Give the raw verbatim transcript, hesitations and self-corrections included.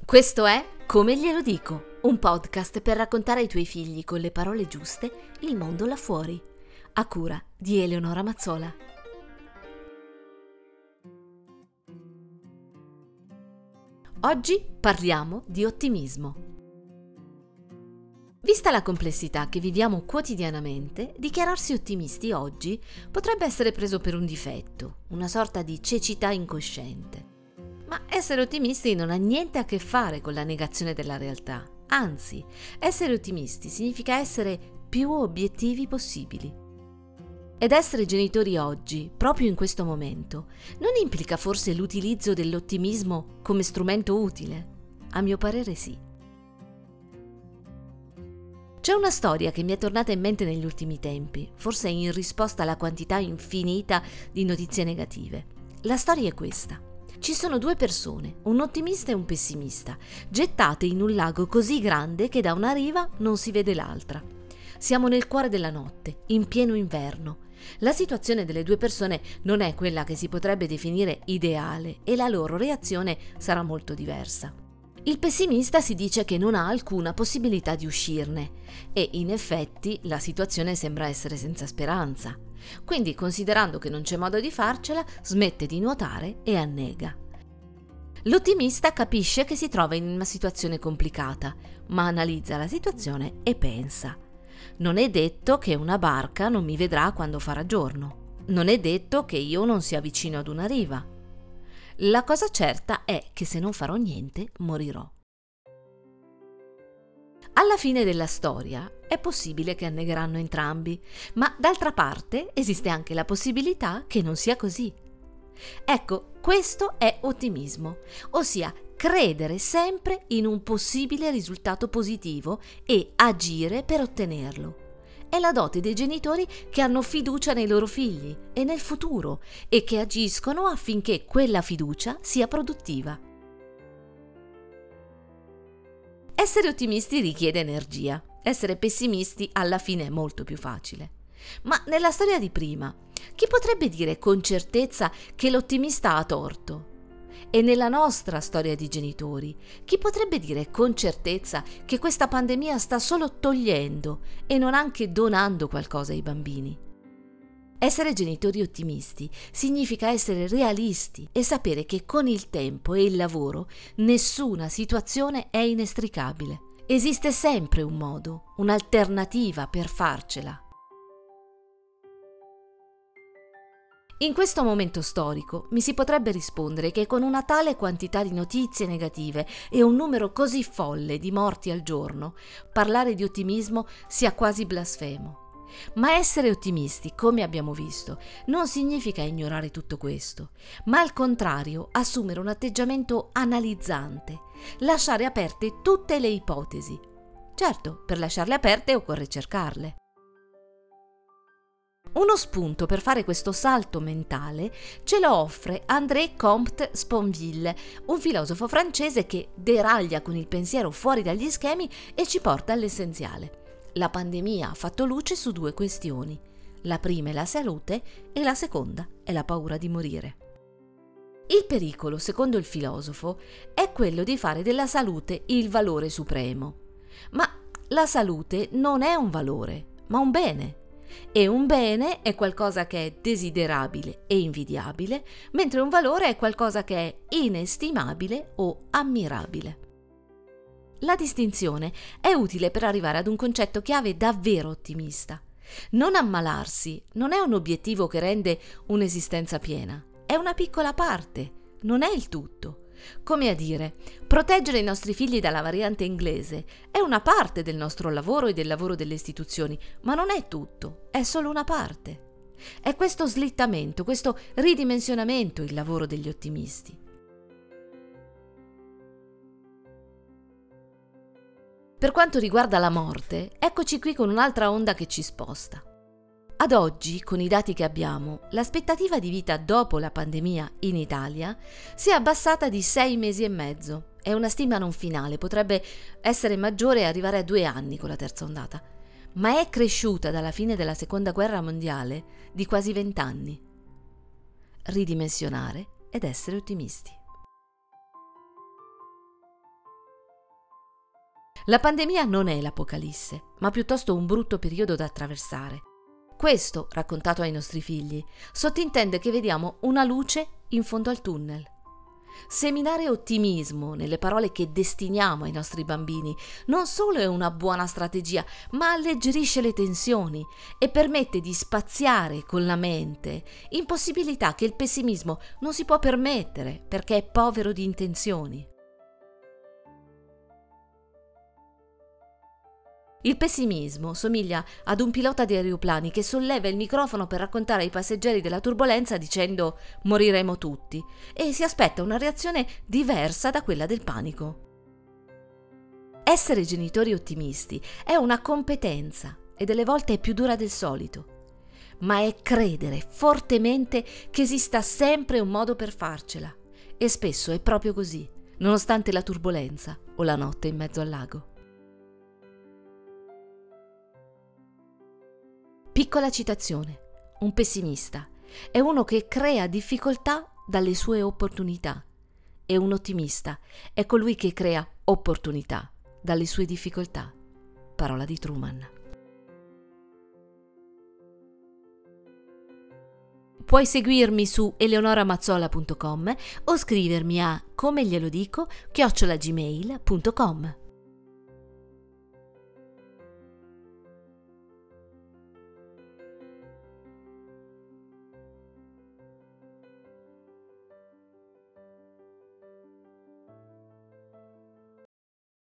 Questo è Come glielo dico, un podcast per raccontare ai tuoi figli con le parole giuste il mondo là fuori, a cura di Eleonora Mazzola. Oggi parliamo di ottimismo. Vista la complessità che viviamo quotidianamente, dichiararsi ottimisti oggi potrebbe essere preso per un difetto, una sorta di cecità incosciente. Ma essere ottimisti non ha niente a che fare con la negazione della realtà. Anzi, essere ottimisti significa essere più obiettivi possibili. Ed essere genitori oggi, proprio in questo momento, non implica forse l'utilizzo dell'ottimismo come strumento utile? A mio parere sì. C'è una storia che mi è tornata in mente negli ultimi tempi, forse in risposta alla quantità infinita di notizie negative. La storia è questa. Ci sono due persone, un ottimista e un pessimista, gettate in un lago così grande che da una riva non si vede l'altra. Siamo nel cuore della notte, in pieno inverno. La situazione delle due persone non è quella che si potrebbe definire ideale e la loro reazione sarà molto diversa. Il pessimista si dice che non ha alcuna possibilità di uscirne e in effetti la situazione sembra essere senza speranza. Quindi, considerando che non c'è modo di farcela, smette di nuotare e annega. L'ottimista capisce che si trova in una situazione complicata, ma analizza la situazione e pensa: non è detto che una barca non mi vedrà quando farà giorno. Non è detto che io non sia vicino ad una riva. La cosa certa è che se non farò niente, morirò. Alla fine della storia è possibile che annegheranno entrambi, ma d'altra parte esiste anche la possibilità che non sia così. Ecco, questo è ottimismo, ossia credere sempre in un possibile risultato positivo e agire per ottenerlo. È la dote dei genitori che hanno fiducia nei loro figli e nel futuro e che agiscono affinché quella fiducia sia produttiva. Essere ottimisti richiede energia, essere pessimisti alla fine è molto più facile. Ma nella storia di prima, chi potrebbe dire con certezza che l'ottimista ha torto? E nella nostra storia di genitori, chi potrebbe dire con certezza che questa pandemia sta solo togliendo e non anche donando qualcosa ai bambini? Essere genitori ottimisti significa essere realisti e sapere che con il tempo e il lavoro nessuna situazione è inestricabile. Esiste sempre un modo, un'alternativa per farcela. In questo momento storico mi si potrebbe rispondere che con una tale quantità di notizie negative e un numero così folle di morti al giorno, parlare di ottimismo sia quasi blasfemo. Ma essere ottimisti, come abbiamo visto, non significa ignorare tutto questo, ma al contrario assumere un atteggiamento analizzante, lasciare aperte tutte le ipotesi. Certo, per lasciarle aperte occorre cercarle. Uno spunto per fare questo salto mentale ce lo offre André Comte-Sponville, un filosofo francese che deraglia con il pensiero fuori dagli schemi e ci porta all'essenziale. La pandemia ha fatto luce su due questioni. La prima è la salute e la seconda è la paura di morire. Il pericolo, secondo il filosofo, è quello di fare della salute il valore supremo. Ma la salute non è un valore, ma un bene. E un bene è qualcosa che è desiderabile e invidiabile, mentre un valore è qualcosa che è inestimabile o ammirabile. La distinzione è utile per arrivare ad un concetto chiave davvero ottimista. Non ammalarsi non è un obiettivo che rende un'esistenza piena, è una piccola parte, non è il tutto. Come a dire, proteggere i nostri figli dalla variante inglese è una parte del nostro lavoro e del lavoro delle istituzioni, ma non è tutto, è solo una parte. È questo slittamento, questo ridimensionamento il lavoro degli ottimisti. Per quanto riguarda la morte, eccoci qui con un'altra onda che ci sposta. Ad oggi, con i dati che abbiamo, l'aspettativa di vita dopo la pandemia in Italia si è abbassata di sei mesi e mezzo. È una stima non finale, potrebbe essere maggiore e arrivare a due anni con la terza ondata, ma è cresciuta dalla fine della seconda guerra mondiale di quasi vent'anni. Ridimensionare ed essere ottimisti. La pandemia non è l'apocalisse, ma piuttosto un brutto periodo da attraversare. Questo, raccontato ai nostri figli, sottintende che vediamo una luce in fondo al tunnel. Seminare ottimismo nelle parole che destiniamo ai nostri bambini non solo è una buona strategia, ma alleggerisce le tensioni e permette di spaziare con la mente in possibilità che il pessimismo non si può permettere perché è povero di intenzioni. Il pessimismo somiglia ad un pilota di aeroplani che solleva il microfono per raccontare ai passeggeri della turbolenza dicendo moriremo tutti e si aspetta una reazione diversa da quella del panico. Essere genitori ottimisti è una competenza e delle volte è più dura del solito, ma è credere fortemente che esista sempre un modo per farcela e spesso è proprio così, nonostante la turbolenza o la notte in mezzo al lago. Piccola citazione. Un pessimista è uno che crea difficoltà dalle sue opportunità e un ottimista è colui che crea opportunità dalle sue difficoltà. Parola di Truman. Puoi seguirmi su eleonora mazzola punto com o scrivermi a come glielo dico chiocciola gmail punto com.